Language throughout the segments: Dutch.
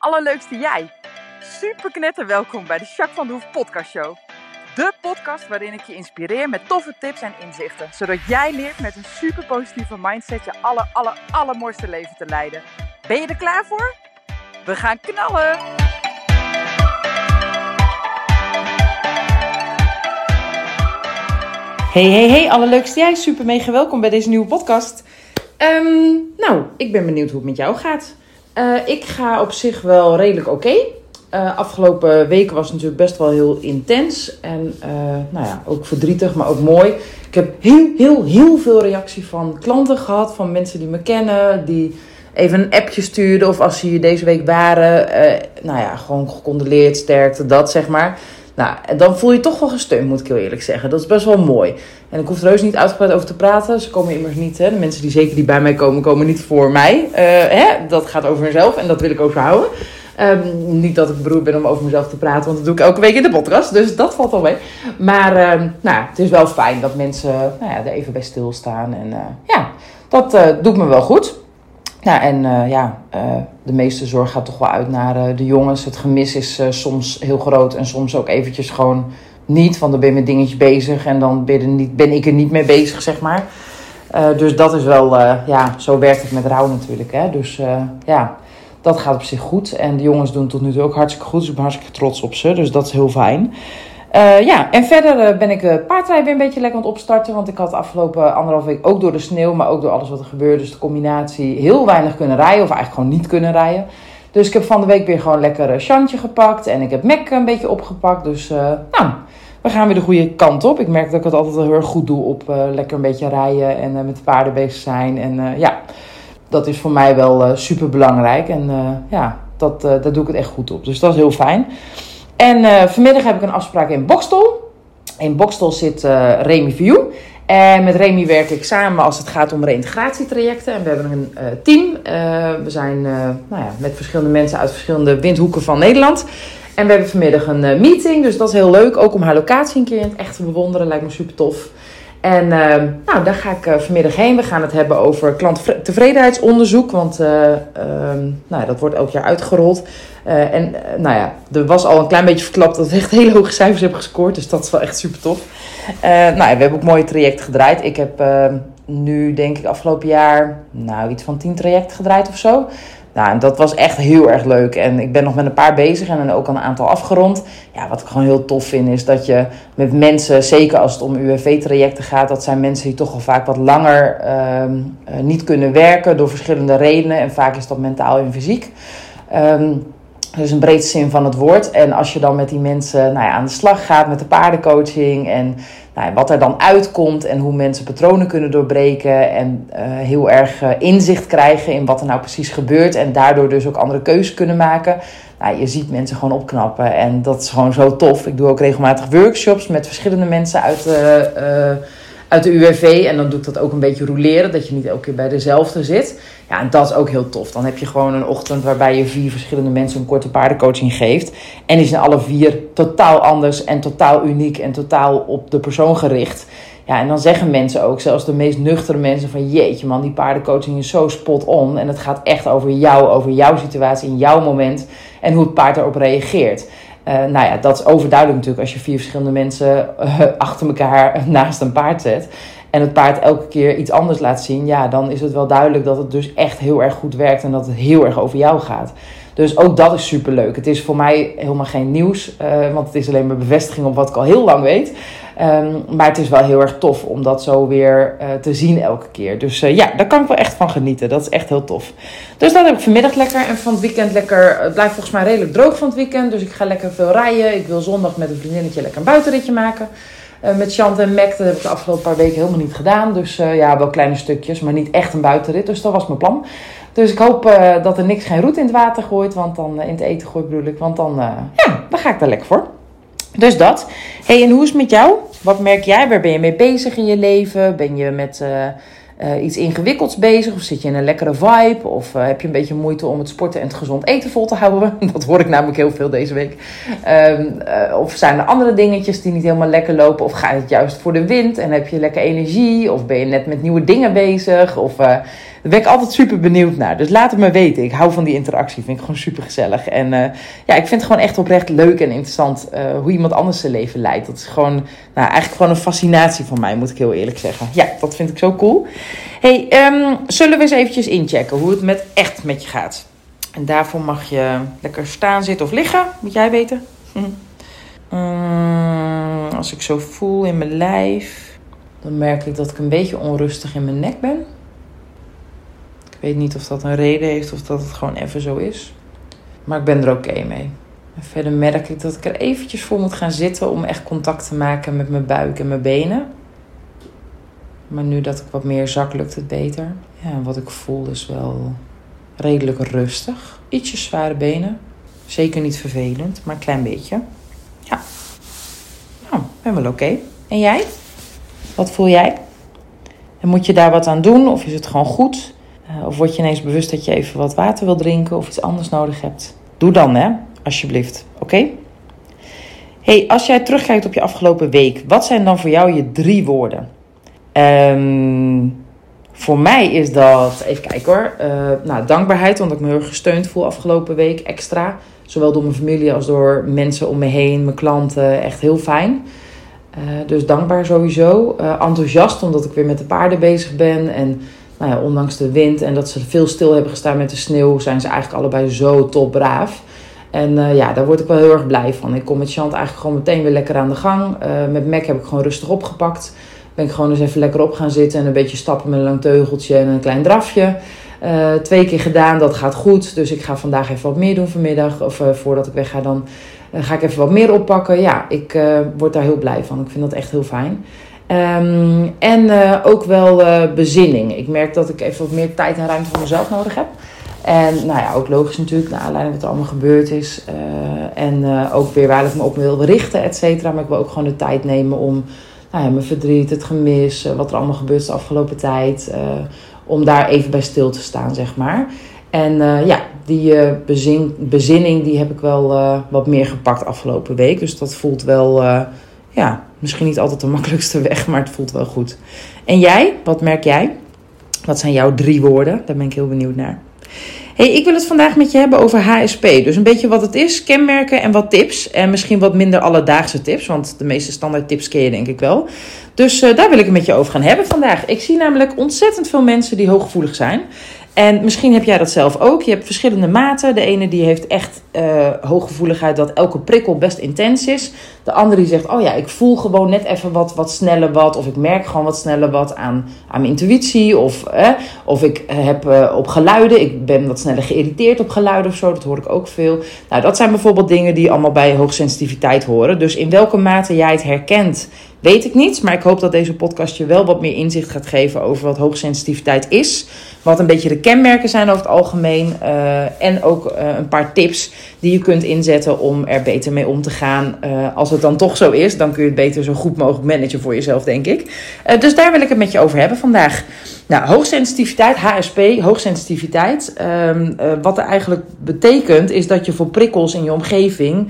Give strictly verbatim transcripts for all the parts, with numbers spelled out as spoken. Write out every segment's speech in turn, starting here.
allerleukste jij. Super knetter welkom bij de Jacques van de Hoef podcast show. De podcast waarin ik je inspireer met toffe tips en inzichten. Zodat jij leert met een super positieve mindset je aller, aller, allermooiste leven te leiden. Ben je er klaar voor? We gaan knallen! Hey, hey, hey, allerleukste jij. Super mega welkom bij deze nieuwe podcast. Um, nou, ik ben benieuwd hoe het met jou gaat. Uh, ik ga op zich wel redelijk oké. Okay. Uh, afgelopen weken was het natuurlijk best wel heel intens. En uh, nou ja, ook verdrietig, maar ook mooi. Ik heb heel, heel, heel veel reactie van klanten gehad. Van mensen die me kennen. Die even een appje stuurden. Of als ze hier deze week waren. Uh, nou ja, gewoon gecondoleerd, sterkte, dat zeg maar. Nou, en dan voel je je toch wel gesteund, moet ik heel eerlijk zeggen. Dat is best wel mooi. En ik hoef er heus niet uitgebreid over te praten. Ze komen immers niet, hè. De mensen die zeker die bij mij komen, komen niet voor mij. Uh, hè? Dat gaat over mezelf en dat wil ik ook zo houden. Um, niet dat ik beroerd ben om over mezelf te praten, want dat doe ik elke week in de podcast. Dus dat valt wel mee. Maar um, nou, het is wel fijn dat mensen nou ja, er even bij stilstaan. En uh, ja, dat uh, doet me wel goed. Nou, en uh, ja, uh, de meeste zorg gaat toch wel uit naar uh, de jongens. Het gemis is uh, soms heel groot en soms ook eventjes gewoon niet. Want dan ben je met dingetjes bezig en dan ben, er niet, ben ik er niet mee bezig, zeg maar. Uh, dus dat is wel, uh, ja, zo werkt het met rouw natuurlijk. Hè? Dus uh, ja, dat gaat op zich goed. En de jongens doen tot nu toe ook hartstikke goed. Dus ik ben hartstikke trots op ze. Dus dat is heel fijn. Uh, ja, en verder uh, ben ik uh, paardrijden weer een beetje lekker aan het opstarten. Want ik had de afgelopen anderhalf week ook door de sneeuw, maar ook door alles wat er gebeurde. Dus de combinatie heel weinig kunnen rijden, of eigenlijk gewoon niet kunnen rijden. Dus ik heb van de week weer gewoon lekker uh, Sjantje gepakt. En ik heb Mac een beetje opgepakt. Dus uh, nou, we gaan weer de goede kant op. Ik merk dat ik het altijd heel erg goed doe op uh, lekker een beetje rijden en uh, met de paarden bezig zijn. En uh, ja, dat is voor mij wel uh, super belangrijk. En uh, ja, dat, uh, daar doe ik het echt goed op. Dus dat is heel fijn. En uh, vanmiddag heb ik een afspraak in Boxtel. In Boxtel zit uh, Remy View. En met Remy werk ik samen als het gaat om reïntegratietrajecten. En we hebben een uh, team. Uh, we zijn uh, nou ja, met verschillende mensen uit verschillende windhoeken van Nederland. En we hebben vanmiddag een uh, meeting. Dus dat is heel leuk. Ook om haar locatie een keer in het echt te bewonderen. Lijkt me super tof. En uh, nou, daar ga ik uh, vanmiddag heen. We gaan het hebben over klanttevredenheidsonderzoek. Want uh, uh, nou ja, dat wordt elk jaar uitgerold. Uh, en uh, nou ja, er was al een klein beetje verklapt dat we echt hele hoge cijfers hebben gescoord. Dus dat is wel echt super tof. Uh, nou ja, we hebben ook mooie trajecten gedraaid. Ik heb uh, nu denk ik afgelopen jaar nou, iets van tien trajecten gedraaid of zo. Nou, en dat was echt heel erg leuk. En ik ben nog met een paar bezig en dan ook al een aantal afgerond. Ja, wat ik gewoon heel tof vind is dat je met mensen, zeker als het om U W V-trajecten gaat, dat zijn mensen die toch al vaak wat langer uh, uh, niet kunnen werken door verschillende redenen. En vaak is dat mentaal en fysiek. Um, Dus een breedste zin van het woord. En als je dan met die mensen nou ja, aan de slag gaat met de paardencoaching. En nou ja, wat er dan uitkomt. En hoe mensen patronen kunnen doorbreken. En uh, heel erg uh, inzicht krijgen in wat er nou precies gebeurt. En daardoor dus ook andere keuzes kunnen maken. Nou, je ziet mensen gewoon opknappen. En dat is gewoon zo tof. Ik doe ook regelmatig workshops met verschillende mensen uit de, uh, uit de U W V. En dan doe ik dat ook een beetje roleren. Dat je niet elke keer bij dezelfde zit. Ja, en dat is ook heel tof. Dan heb je gewoon een ochtend waarbij je vier verschillende mensen een korte paardencoaching geeft. En die zijn alle vier totaal anders en totaal uniek en totaal op de persoon gericht. Ja, en dan zeggen mensen ook, zelfs de meest nuchtere mensen, van jeetje man, die paardencoaching is zo spot on. En het gaat echt over jou, over jouw situatie in jouw moment en hoe het paard erop reageert. Uh, nou ja, dat is overduidelijk natuurlijk als je vier verschillende mensen uh, achter elkaar naast een paard zet. En het paard elke keer iets anders laat zien. Ja, dan is het wel duidelijk dat het dus echt heel erg goed werkt. En dat het heel erg over jou gaat. Dus ook dat is superleuk. Het is voor mij helemaal geen nieuws. Uh, want het is alleen maar bevestiging op wat ik al heel lang weet. Um, maar het is wel heel erg tof om dat zo weer uh, te zien elke keer. Dus uh, ja, daar kan ik wel echt van genieten. Dat is echt heel tof. Dus dat heb ik vanmiddag lekker. En van het weekend lekker. Het blijft volgens mij redelijk droog van het weekend. Dus ik ga lekker veel rijden. Ik wil zondag met een vriendinnetje lekker een buitenritje maken. Uh, met Chant en Mac, dat heb ik de afgelopen paar weken helemaal niet gedaan. Dus uh, ja, wel kleine stukjes, maar niet echt een buitenrit. Dus dat was mijn plan. Dus ik hoop uh, dat er niks geen roet in het water gooit. Want dan, uh, in het eten gooit bedoel ik. Want dan, uh, ja, dan ga ik daar lekker voor. Dus dat. Hey, en hoe is het met jou? Wat merk jij? Waar ben je mee bezig in je leven? Ben je met uh, uh, iets ingewikkelds bezig? Of zit je in een lekkere vibe? Of uh, heb je een beetje moeite om het sporten en het gezond eten vol te houden? Dat hoor ik namelijk heel veel deze week. Um, uh, of zijn er andere dingetjes die niet helemaal lekker lopen? Of gaat het juist voor de wind en heb je lekker energie? Of ben je net met nieuwe dingen bezig? Of... Uh, Daar ben ik altijd super benieuwd naar. Dus laat het me weten. Ik hou van die interactie. Vind ik gewoon super gezellig. En uh, ja, ik vind het gewoon echt oprecht leuk en interessant uh, hoe iemand anders zijn leven leidt. Dat is gewoon, nou, eigenlijk gewoon een fascinatie van mij, moet ik heel eerlijk zeggen. Ja, dat vind ik zo cool. Hey, um, zullen we eens eventjes inchecken hoe het met echt met je gaat? En daarvoor mag je lekker staan, zitten of liggen. Moet jij weten. Hm. Um, als ik zo voel in mijn lijf, dan merk ik dat ik een beetje onrustig in mijn nek ben. Ik weet niet of dat een reden heeft of dat het gewoon even zo is. Maar ik ben er oké mee. En verder merk ik dat ik er eventjes voor moet gaan zitten om echt contact te maken met mijn buik en mijn benen. Maar nu dat ik wat meer zak, lukt het beter. Ja, wat ik voel is wel redelijk rustig. Ietsje zware benen. Zeker niet vervelend, maar een klein beetje. Ja. Nou, ik ben wel oké. En jij? Wat voel jij? En moet je daar wat aan doen of is het gewoon goed? Uh, of word je ineens bewust dat je even wat water wil drinken of iets anders nodig hebt? Doe dan, hè, alsjeblieft. Oké? Okay? Hey, als jij terugkijkt op je afgelopen week, wat zijn dan voor jou je drie woorden? Um, voor mij is dat, even kijken hoor, uh, nou, dankbaarheid, omdat ik me heel erg gesteund voel afgelopen week extra. Zowel door mijn familie als door mensen om me heen, mijn klanten, echt heel fijn. Uh, dus dankbaar sowieso. Uh, enthousiast, omdat ik weer met de paarden bezig ben en... Nou ja, ondanks de wind en dat ze veel stil hebben gestaan met de sneeuw, zijn ze eigenlijk allebei zo top braaf. En uh, ja, daar word ik wel heel erg blij van. Ik kom met Chant eigenlijk gewoon meteen weer lekker aan de gang. Uh, met Mac heb ik gewoon rustig opgepakt. Ben ik gewoon eens even lekker op gaan zitten en een beetje stappen met een lang teugeltje en een klein drafje. Uh, twee keer gedaan, dat gaat goed. Dus ik ga vandaag even wat meer doen vanmiddag. Of uh, voordat ik wegga, dan uh, ga ik even wat meer oppakken. Ja, ik uh, word daar heel blij van. Ik vind dat echt heel fijn. Um, en uh, ook wel uh, bezinning. Ik merk dat ik even wat meer tijd en ruimte voor mezelf nodig heb. En nou ja, ook logisch natuurlijk, naar aanleiding wat er allemaal gebeurd is. Uh, en uh, ook weer waar ik me op wil richten, et cetera. Maar ik wil ook gewoon de tijd nemen om nou ja, mijn verdriet, het gemis, uh, wat er allemaal gebeurd is de afgelopen tijd. Uh, om daar even bij stil te staan, zeg maar. En uh, ja, die uh, bezin, bezinning die heb ik wel uh, wat meer gepakt afgelopen week. Dus dat voelt wel... Uh, Ja, misschien niet altijd de makkelijkste weg, maar het voelt wel goed. En jij? Wat merk jij? Wat zijn jouw drie woorden? Daar ben ik heel benieuwd naar. Hey, ik wil het vandaag met je hebben over H S P. Dus een beetje wat het is, kenmerken en wat tips. En misschien wat minder alledaagse tips, want de meeste standaard tips ken je denk ik wel. Dus uh, daar wil ik het met je over gaan hebben vandaag. Ik zie namelijk ontzettend veel mensen die hooggevoelig zijn. En misschien heb jij dat zelf ook. Je hebt verschillende maten. De ene die heeft echt uh, hooggevoeligheid dat elke prikkel best intens is. De andere die zegt, oh ja, ik voel gewoon net even wat, wat sneller wat. Of ik merk gewoon wat sneller wat aan, aan mijn intuïtie. Of, eh, of ik heb uh, op geluiden. Ik ben wat sneller geïrriteerd op geluiden of zo. Dat hoor ik ook veel. Nou, dat zijn bijvoorbeeld dingen die allemaal bij hoogsensitiviteit horen. Dus in welke mate jij het herkent, weet ik niet. Maar ik hoop dat deze podcast je wel wat meer inzicht gaat geven over wat hoogsensitiviteit is. Wat een beetje de kenmerken zijn over het algemeen. Uh, en ook uh, een paar tips die je kunt inzetten om er beter mee om te gaan. Uh, als het dan toch zo is, dan kun je het beter zo goed mogelijk managen voor jezelf, denk ik. Uh, dus daar wil ik het met je over hebben vandaag. Nou, hoogsensitiviteit, H S P, hoogsensitiviteit. Um, uh, wat er eigenlijk betekent, is dat je voor prikkels in je omgeving...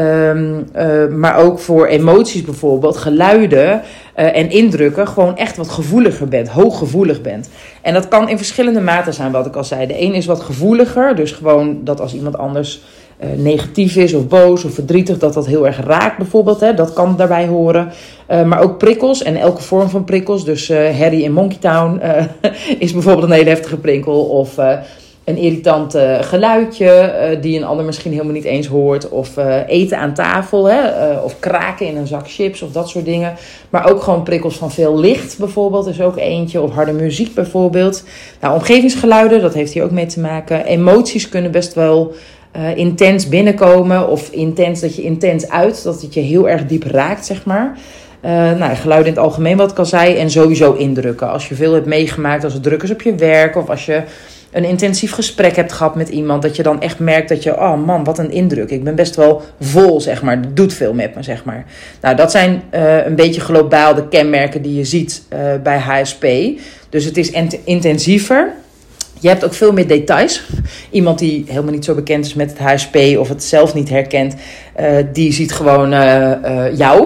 Um, uh, maar ook voor emoties bijvoorbeeld, geluiden uh, en indrukken, gewoon echt wat gevoeliger bent, hooggevoelig bent. En dat kan in verschillende maten zijn, wat ik al zei. De een is wat gevoeliger, dus gewoon dat als iemand anders uh, negatief is of boos of verdrietig, dat dat heel erg raakt bijvoorbeeld. Hè, dat kan daarbij horen. Uh, maar ook prikkels en elke vorm van prikkels. Dus uh, Harry in Monkey Town uh, is bijvoorbeeld een hele heftige prikkel. Of uh, een irritant uh, geluidje uh, die een ander misschien helemaal niet eens hoort. Of uh, eten aan tafel. Hè, uh, of kraken in een zak chips of dat soort dingen. Maar ook gewoon prikkels van veel licht bijvoorbeeld is ook eentje. Of harde muziek bijvoorbeeld. Nou, omgevingsgeluiden, dat heeft hier ook mee te maken. Emoties kunnen best wel uh, intens binnenkomen. Of intens dat je intens uit. Dat het je heel erg diep raakt, zeg maar. Uh, nou, geluiden in het algemeen wat ik al zei. En sowieso indrukken. Als je veel hebt meegemaakt, als het druk is op je werk. Of als je een intensief gesprek hebt gehad met iemand, dat je dan echt merkt dat je, oh man, wat een indruk. Ik ben best wel vol, zeg maar. Het doet veel met me, zeg maar. Nou, dat zijn uh, een beetje globaal de kenmerken die je ziet uh, bij H S P. Dus het is int- intensiever. Je hebt ook veel meer details. Iemand die helemaal niet zo bekend is met het H S P of het zelf niet herkent, uh, die ziet gewoon uh, uh, jou.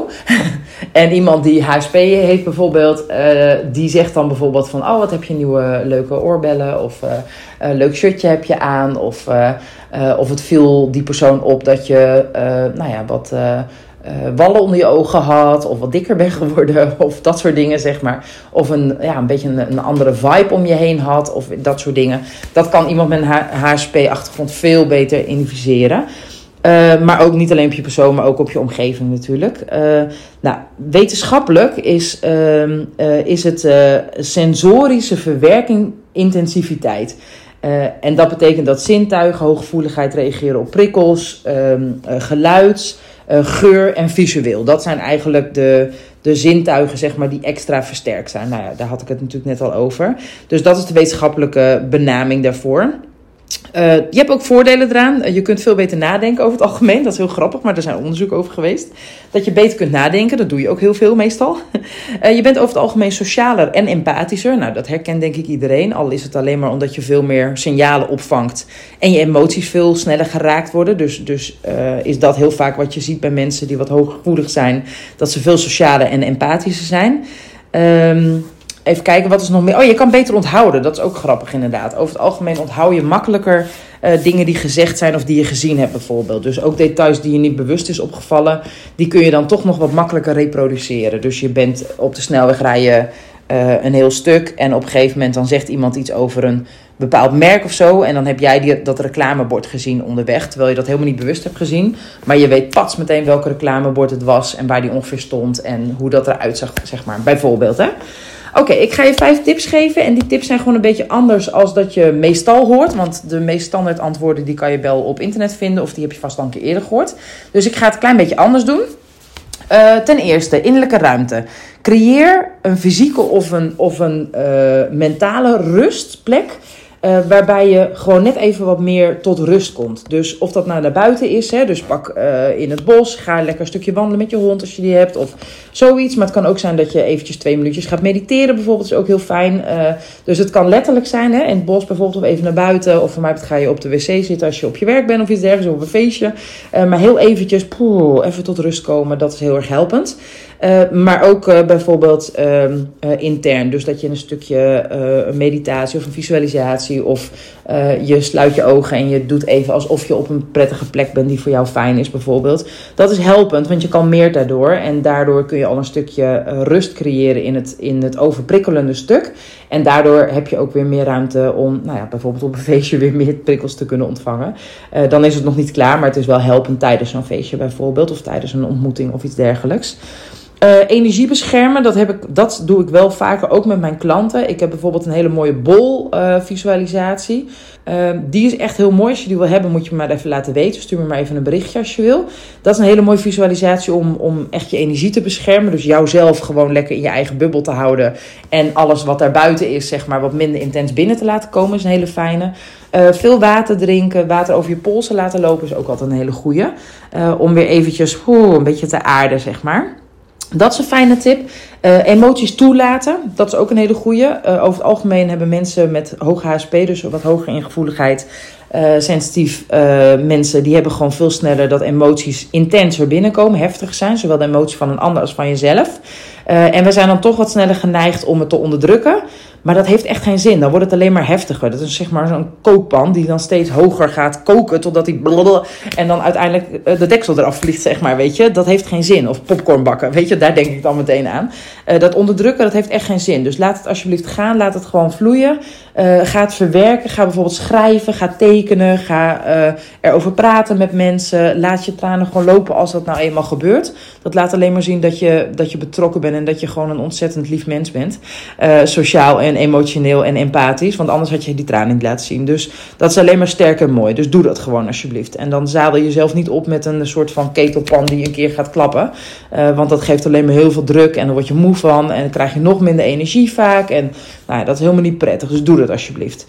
En iemand die H S P heeft bijvoorbeeld, uh, die zegt dan bijvoorbeeld van, oh, wat heb je nieuwe leuke oorbellen, of uh, een leuk shirtje heb je aan, of, uh, uh, of het viel die persoon op dat je, uh, nou ja, wat Uh, Uh, wallen onder je ogen had, of wat dikker ben geworden, of dat soort dingen, zeg maar. Of een, ja, een beetje een, een andere vibe om je heen had, of dat soort dingen. Dat kan iemand met een H S P-achtergrond veel beter identificeren. Uh, maar ook niet alleen op je persoon, maar ook op je omgeving natuurlijk. Uh, nou, wetenschappelijk is, uh, uh, is het uh, sensorische verwerking intensiviteit. Uh, en dat betekent dat zintuigen, hooggevoeligheid reageren op prikkels, uh, uh, geluid, Uh, geur en visueel. Dat zijn eigenlijk de, de zintuigen, zeg maar, die extra versterkt zijn. Nou ja, daar had ik het natuurlijk net al over. Dus dat is de wetenschappelijke benaming daarvoor. Uh, je hebt ook voordelen eraan. Uh, je kunt veel beter nadenken over het algemeen. Dat is heel grappig, maar er zijn onderzoeken over geweest. Dat je beter kunt nadenken. Dat doe je ook heel veel meestal. Uh, je bent over het algemeen socialer en empathischer. Nou, dat herkent denk ik iedereen. Al is het alleen maar omdat je veel meer signalen opvangt. En je emoties veel sneller geraakt worden. Dus, dus uh, is dat heel vaak wat je ziet bij mensen die wat hooggevoelig zijn. Dat ze veel socialer en empathischer zijn. Um, Even kijken, wat is nog meer? Oh, je kan beter onthouden. Dat is ook grappig inderdaad. Over het algemeen onthoud je makkelijker uh, dingen die gezegd zijn of die je gezien hebt bijvoorbeeld. Dus ook details die je niet bewust is opgevallen, die kun je dan toch nog wat makkelijker reproduceren. Dus je bent op de snelweg rijden uh, een heel stuk en op een gegeven moment dan zegt iemand iets over een bepaald merk of zo. En dan heb jij die, dat reclamebord gezien onderweg, terwijl je dat helemaal niet bewust hebt gezien. Maar je weet pats meteen welk reclamebord het was en waar die ongeveer stond en hoe dat eruit zag, zeg maar. Bijvoorbeeld, hè. Oké, okay, ik ga je vijf tips geven. En die tips zijn gewoon een beetje anders als dat je meestal hoort. Want de meest standaard antwoorden die kan je wel op internet vinden. Of die heb je vast al een keer eerder gehoord. Dus ik ga het een klein beetje anders doen. Uh, ten eerste, innerlijke ruimte. Creëer een fysieke of een, of een uh, mentale rustplek. Uh, waarbij je gewoon net even wat meer tot rust komt. Dus of dat nou naar buiten is, hè, dus pak uh, in het bos, ga lekker een stukje wandelen met je hond als je die hebt, of zoiets. Maar het kan ook zijn dat je eventjes twee minuutjes gaat mediteren bijvoorbeeld, is ook heel fijn. Uh, dus het kan letterlijk zijn, hè, in het bos bijvoorbeeld, of even naar buiten. Of voor mij ga je op de wc zitten als je op je werk bent of iets dergelijks, of op een feestje. Uh, maar heel eventjes, poeh, even tot rust komen, dat is heel erg helpend. Uh, maar ook uh, bijvoorbeeld uh, uh, intern. Dus dat je een stukje uh, een meditatie of een visualisatie of uh, je sluit je ogen en je doet even alsof je op een prettige plek bent die voor jou fijn is bijvoorbeeld. Dat is helpend, want je kalmeert daardoor en daardoor kun je al een stukje uh, rust creëren in het, in het overprikkelende stuk. En daardoor heb je ook weer meer ruimte om, nou ja, bijvoorbeeld op een feestje weer meer prikkels te kunnen ontvangen. Uh, dan is het nog niet klaar, maar het is wel helpend tijdens zo'n feestje bijvoorbeeld of tijdens een ontmoeting of iets dergelijks. Uh, energie beschermen, dat, heb ik, dat doe ik wel vaker ook met mijn klanten. Ik heb bijvoorbeeld een hele mooie bol uh, visualisatie. Uh, die is echt heel mooi. Als je die wil hebben, moet je me maar even laten weten. Stuur me maar even een berichtje als je wil. Dat is een hele mooie visualisatie om, om echt je energie te beschermen. Dus jouzelf gewoon lekker in je eigen bubbel te houden. En alles wat daarbuiten is, zeg maar, wat minder intens binnen te laten komen, is een hele fijne. Uh, veel water drinken, water over je polsen laten lopen is ook altijd een hele goeie. Uh, om weer eventjes oeh, een beetje te aarden, zeg maar. Dat is een fijne tip. Uh, emoties toelaten, dat is ook een hele goeie. Uh, over het algemeen hebben mensen met hoog H S P, dus wat hogere ingevoeligheid, uh, sensitief uh, mensen, die hebben gewoon veel sneller dat emoties intenser binnenkomen, heftig zijn. Zowel de emotie van een ander als van jezelf. Uh, en we zijn dan toch wat sneller geneigd om het te onderdrukken. Maar dat heeft echt geen zin. Dan wordt het alleen maar heftiger. Dat is zeg maar zo'n kookpan die dan steeds hoger gaat koken totdat die blablabla, en dan uiteindelijk de deksel eraf vliegt, zeg maar, weet je. Dat heeft geen zin. Of popcorn bakken, weet je, daar denk ik dan meteen aan. Uh, dat onderdrukken, dat heeft echt geen zin. Dus laat het alsjeblieft gaan. Laat het gewoon vloeien. Uh, ga het verwerken. Ga bijvoorbeeld schrijven. Ga tekenen. Ga uh, erover praten met mensen. Laat je tranen gewoon lopen als dat nou eenmaal gebeurt. Dat laat alleen maar zien dat je, dat je betrokken bent en dat je gewoon een ontzettend lief mens bent. Uh, sociaal en emotioneel en empathisch. Want anders had je die tranen niet laten zien. Dus dat is alleen maar sterk en mooi. Dus doe dat gewoon alsjeblieft. En dan zadel je jezelf niet op met een soort van ketelpan die een keer gaat klappen. Uh, want dat geeft alleen maar heel veel druk. En dan word je moe van. En dan krijg je nog minder energie vaak. En nou ja, dat is helemaal niet prettig. Dus doe dat alsjeblieft.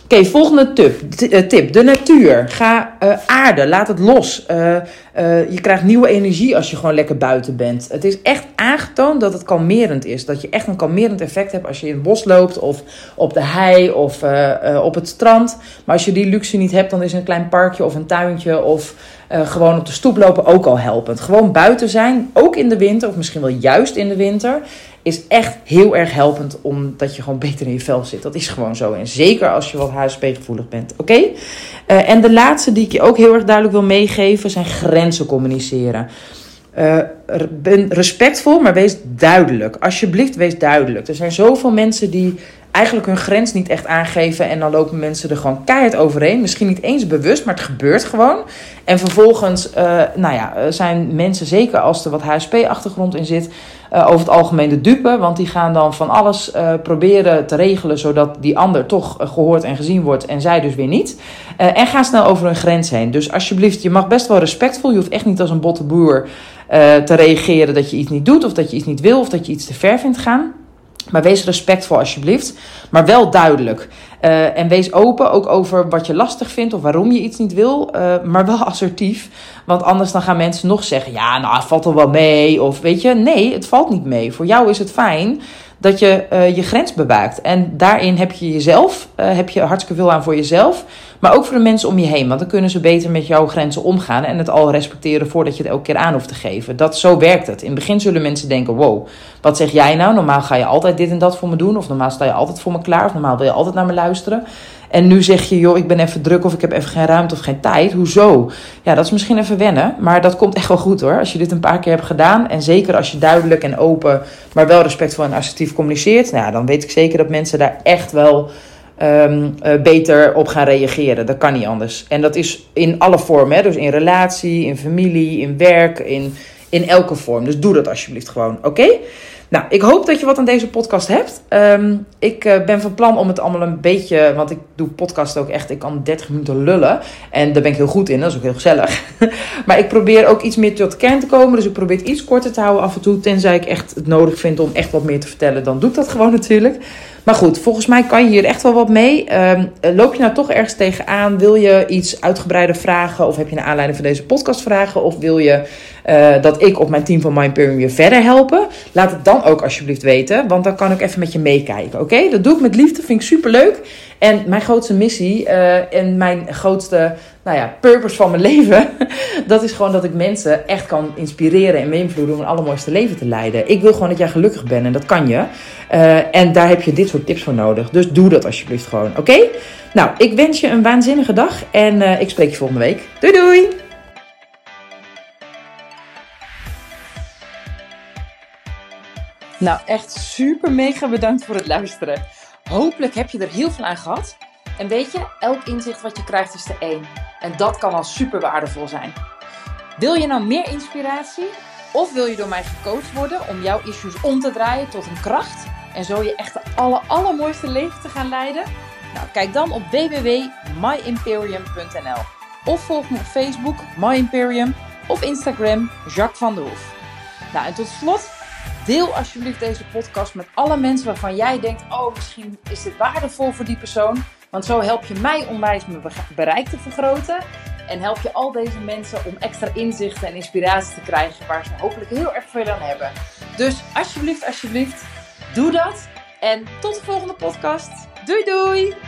okay, volgende tip, tip. De natuur. Ga uh, aarden. Laat het los. Uh, uh, je krijgt nieuwe energie als je gewoon lekker buiten bent. Het is echt aangetoond dat het kalmerend is. Dat je echt een kalmerend effect hebt als je in het bos loopt. Of op de hei of uh, uh, op het strand. Maar als je die luxe niet hebt, dan is een klein parkje of een tuintje of uh, gewoon op de stoep lopen ook al helpend. Gewoon buiten zijn, ook in de winter of misschien wel juist in de winter, is echt heel erg helpend omdat je gewoon beter in je vel zit. Dat is gewoon zo. En zeker als je wat H S P-gevoelig bent. Oké? Okay? Uh, en de laatste die ik je ook heel erg duidelijk wil meegeven zijn grenzen communiceren. Uh, ben respectvol, maar wees duidelijk. Alsjeblieft, wees duidelijk. Er zijn zoveel mensen die eigenlijk hun grens niet echt aangeven en dan lopen mensen er gewoon keihard overheen. Misschien niet eens bewust, maar het gebeurt gewoon. En vervolgens, uh, nou ja, zijn mensen, zeker als er wat H S P-achtergrond in zit, uh, over het algemeen de dupe. Want die gaan dan van alles uh, proberen te regelen, zodat die ander toch uh, gehoord en gezien wordt en zij dus weer niet. Uh, en gaan snel over hun grens heen. Dus alsjeblieft, je mag best wel respectvol. Je hoeft echt niet als een botte boer uh, te reageren dat je iets niet doet, of dat je iets niet wil, of dat je iets te ver vindt gaan. Maar wees respectvol alsjeblieft, maar wel duidelijk. Uh, en wees open ook over wat je lastig vindt of waarom je iets niet wil, uh, maar wel assertief. Want anders dan gaan mensen nog zeggen, ja, nou, het valt er wel mee. Of weet je, nee, het valt niet mee. Voor jou is het fijn dat je uh, je grens bewaakt. En daarin heb je jezelf, uh, heb je hartstikke veel aan voor jezelf. Maar ook voor de mensen om je heen. Want dan kunnen ze beter met jouw grenzen omgaan. En het al respecteren voordat je het elke keer aan hoeft te geven. Dat, zo werkt het. In het begin zullen mensen denken, wow, wat zeg jij nou? Normaal ga je altijd dit en dat voor me doen. Of normaal sta je altijd voor me klaar. Of normaal wil je altijd naar me luisteren. En nu zeg je, joh, ik ben even druk of ik heb even geen ruimte of geen tijd. Hoezo? Ja, dat is misschien even wennen. Maar dat komt echt wel goed hoor. Als je dit een paar keer hebt gedaan. En zeker als je duidelijk en open, maar wel respectvol en assertief communiceert. Nou, dan weet ik zeker dat mensen daar echt wel Um, uh, beter op gaan reageren. Dat kan niet anders. En dat is in alle vormen. Hè? Dus in relatie, in familie, in werk, in, in elke vorm. Dus doe dat alsjeblieft gewoon. Oké? Okay? Nou, ik hoop dat je wat aan deze podcast hebt. Um, ik uh, ben van plan om het allemaal een beetje, want ik doe podcast ook echt, ik kan dertig minuten lullen. En daar ben ik heel goed in, dat is ook heel gezellig. Maar ik probeer ook iets meer tot de kern te komen. Dus ik probeer het iets korter te houden af en toe. Tenzij ik echt het nodig vind om echt wat meer te vertellen, dan doe ik dat gewoon natuurlijk. Maar goed, volgens mij kan je hier echt wel wat mee. Um, loop je nou toch ergens tegenaan? Wil je iets uitgebreider vragen? Of heb je naar aanleiding van deze podcast vragen? Of wil je uh, dat ik of mijn team van Mindperium je verder helpen? Laat het dan ook alsjeblieft weten. Want dan kan ik even met je meekijken. Oké? Okay? Dat doe ik met liefde. Vind ik superleuk. En mijn grootste missie uh, en mijn grootste nou ja, purpose van mijn leven, dat is gewoon dat ik mensen echt kan inspireren en beïnvloeden om een allermooiste leven te leiden. Ik wil gewoon dat jij gelukkig bent en dat kan je. Uh, en daar heb je dit soort tips voor nodig. Dus doe dat alsjeblieft gewoon. Oké? Okay? Nou, ik wens je een waanzinnige dag en uh, ik spreek je volgende week. Doei doei! Nou, echt super mega bedankt voor het luisteren. Hopelijk heb je er heel veel aan gehad. En weet je, elk inzicht wat je krijgt is er één. En dat kan al super waardevol zijn. Wil je nou meer inspiratie? Of wil je door mij gecoacht worden om jouw issues om te draaien tot een kracht? En zo je echt de aller, allermooiste leven te gaan leiden? Nou, kijk dan op w w w punt my imperium punt n l. Of volg me op Facebook, MyImperium. Of Instagram, Jacques van der Hoef. Nou, en tot slot, deel alsjeblieft deze podcast met alle mensen waarvan jij denkt, oh, misschien is dit waardevol voor die persoon. Want zo help je mij onwijs mijn bereik te vergroten. En help je al deze mensen om extra inzichten en inspiratie te krijgen waar ze hopelijk heel erg veel aan hebben. Dus alsjeblieft, alsjeblieft, doe dat. En tot de volgende podcast. Doei doei!